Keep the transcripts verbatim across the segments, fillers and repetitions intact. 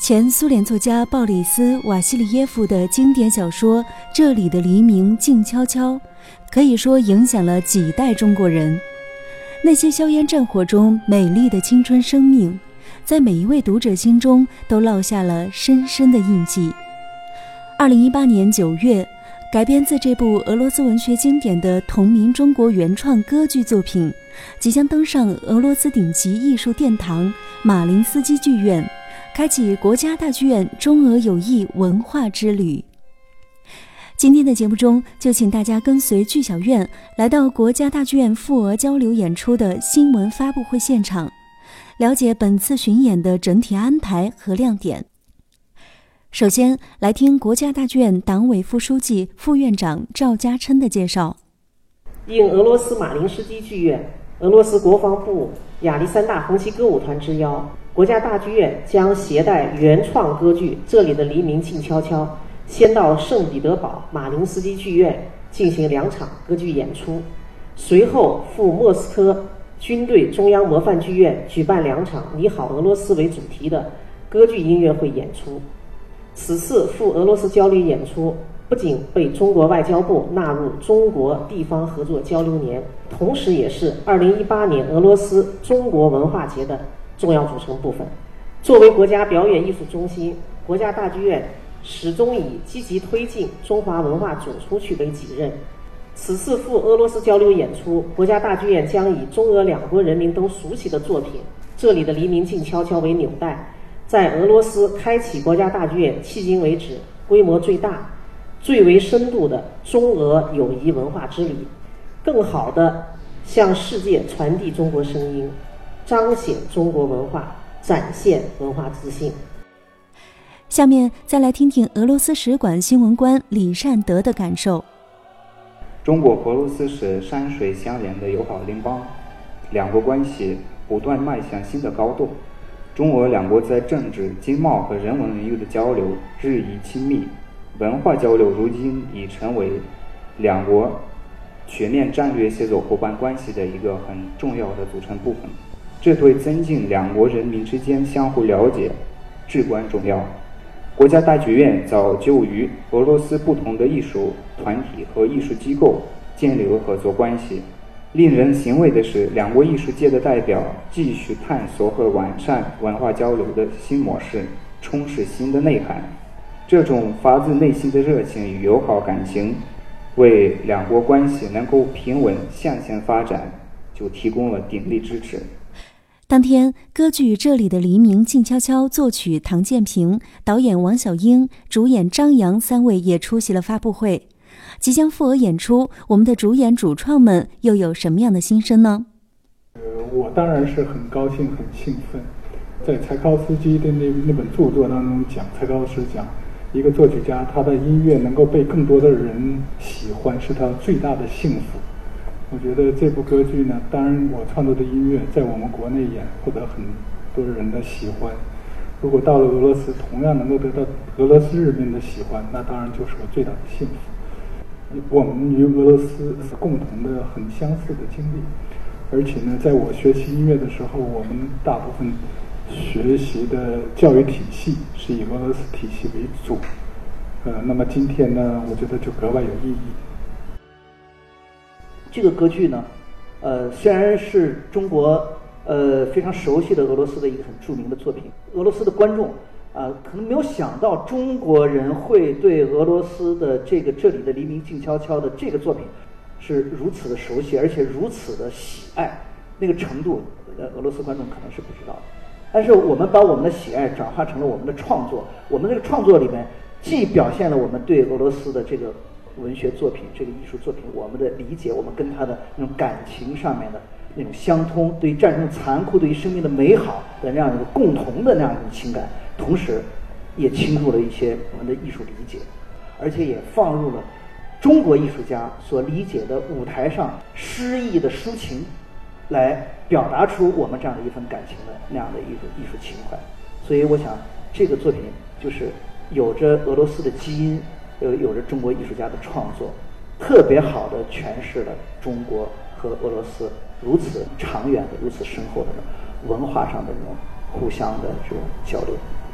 前苏联作家鲍里斯·瓦西里耶夫的经典小说《这里的黎明静悄悄》，可以说影响了几代中国人。那些硝烟战火中美丽的青春生命，在每一位读者心中都烙下了深深的印记。二零一八年九月，改编自这部俄罗斯文学经典的同名中国原创歌剧作品，即将登上俄罗斯顶级艺术殿堂马林斯基剧院，开启国家大剧院中俄友谊文化之旅。今天的节目中，就请大家跟随剧小院来到国家大剧院赴俄交流演出的新闻发布会现场，了解本次巡演的整体安排和亮点。首先来听国家大剧院党委副书记、副院长赵家琛的介绍。 应俄罗斯马林斯基剧院、俄罗斯国防部亚历山大红旗歌舞团之邀，国家大剧院将携带原创歌剧《这里的黎明静悄悄》，先到圣彼得堡马林斯基剧院进行两场歌剧演出，随后赴莫斯科军队中央模范剧院举办两场你好俄罗斯为主题的歌剧音乐会演出。此次赴俄罗斯交流演出不仅被中国外交部纳入中国地方合作交流年，同时也是二零一八年俄罗斯中国文化节的重要组成部分。作为国家表演艺术中心，国家大剧院始终以积极推进中华文化走出去为己任。此次赴俄罗斯交流演出，国家大剧院将以中俄两国人民都熟悉的作品《这里的黎明静悄悄》为纽带，在俄罗斯开启国家大剧院迄今为止规模最大、最为深度的中俄友谊文化之旅，更好地向世界传递中国声音，彰显中国文化，展现文化自信。 下面再来听听俄罗斯使馆新闻官李善德的感受。 中国和俄罗斯是山水相连的友好邻邦，两国关系不断迈向新的高度。中俄两国在政治、经贸和人文领域的交流日益亲密，文化交流如今已成为两国全面战略协作伙伴关系的一个很重要的组成部分。这对增进两国人民之间相互了解至关重要。国家大剧院早就与俄罗斯不同的艺术团体和艺术机构建立了合作关系。令人欣慰的是，两国艺术界的代表继续探索和完善文化交流的新模式，充实新的内涵。这种发自内心的热情与友好感情，为两国关系能够平稳向前发展，就提供了鼎力支持。 当天，歌剧《这里的黎明静悄悄》作曲唐建平，导演王小英，主演张扬三位也出席了发布会。即将赴俄演出，我们的主演主创们又有什么样的心声呢？ 呃，我当然是很高兴、很兴奋。在柴可夫斯基的那那本著作当中讲，柴可夫斯基讲，一个作曲家他的音乐能够被更多的人喜欢，是他最大的幸福。我觉得这部歌剧呢，当然我创作的音乐在我们国内也获得很多人的喜欢。如果到了俄罗斯，同样能够得到俄罗斯人民的喜欢，那当然就是我最大的幸福。我们与俄罗斯是共同的很相似的经历，而且呢，在我学习音乐的时候，我们大部分学习的教育体系是以俄罗斯体系为主。呃，那么今天呢，我觉得就格外有意义。 这个歌剧呢，呃，虽然是中国呃非常熟悉的俄罗斯的一个很著名的作品，俄罗斯的观众啊、呃，可能没有想到中国人会对俄罗斯的这个《这里的黎明静悄悄》的这个作品是如此的熟悉，而且如此的喜爱，那个程度，呃，俄罗斯观众可能是不知道的。但是我们把我们的喜爱转化成了我们的创作，我们这个创作里面既表现了我们对俄罗斯的这个文学作品、这个艺术作品我们的理解，我们跟他的那种感情上面的那种相通，对于战争残酷、对于生命的美好的那样一个共同的那样一种情感，同时也倾注了一些我们的艺术理解，而且也放入了中国艺术家所理解的舞台上诗意的抒情，来表达出我们这样的一份感情的那样的一个艺术情怀。所以我想这个作品就是有着俄罗斯的基因，有有着中国艺术家的创作，特别好的诠释了中国和俄罗斯如此长远的、如此深厚的文化上的这种互相的这种交流。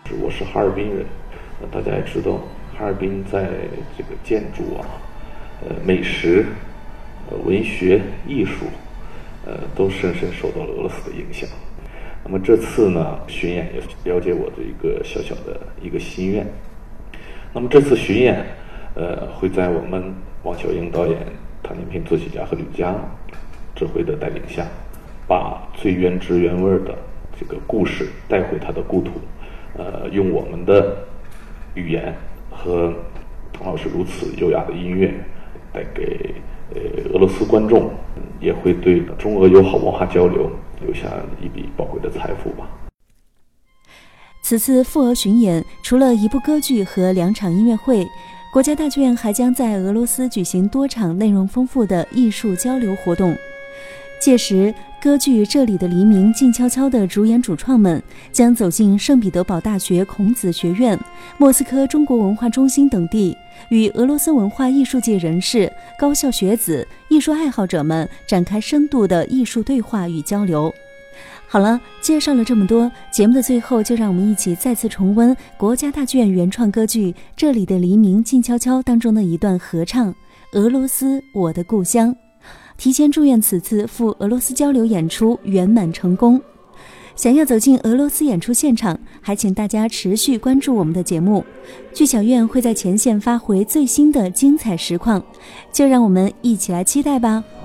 我是哈尔滨人，大家也知道，哈尔滨在这个建筑啊、呃美食、呃文学、艺术，呃都深深受到了俄罗斯的影响。那么这次呢，巡演也了解我的一个小小的一个心愿。那么这次巡演，呃，会在我们王小英导演、唐建平作曲家和吕嘉指挥的带领下，把最原汁原味的这个故事带回他的故土，呃，用我们的语言和唐老师如此优雅的音乐，带给呃俄罗斯观众，也会对中俄友好文化交流留下一笔宝贵的财富吧。 此次赴俄巡演，除了一部歌剧和两场音乐会，国家大剧院还将在俄罗斯举行多场内容丰富的艺术交流活动。届时，歌剧《这里的黎明静悄悄》的主演主创们将走进圣彼得堡大学孔子学院、莫斯科中国文化中心等地，与俄罗斯文化艺术界人士、高校学子、艺术爱好者们展开深度的艺术对话与交流。好了，介绍了这么多，节目的最后就让我们一起再次重温国家大剧院原创歌剧《这里的黎明静悄悄》当中的一段合唱《俄罗斯，我的故乡》。提前祝愿此次赴俄罗斯交流演出圆满成功。想要走进俄罗斯演出现场，还请大家持续关注我们的节目，剧小院会在前线发回最新的精彩实况，就让我们一起来期待吧。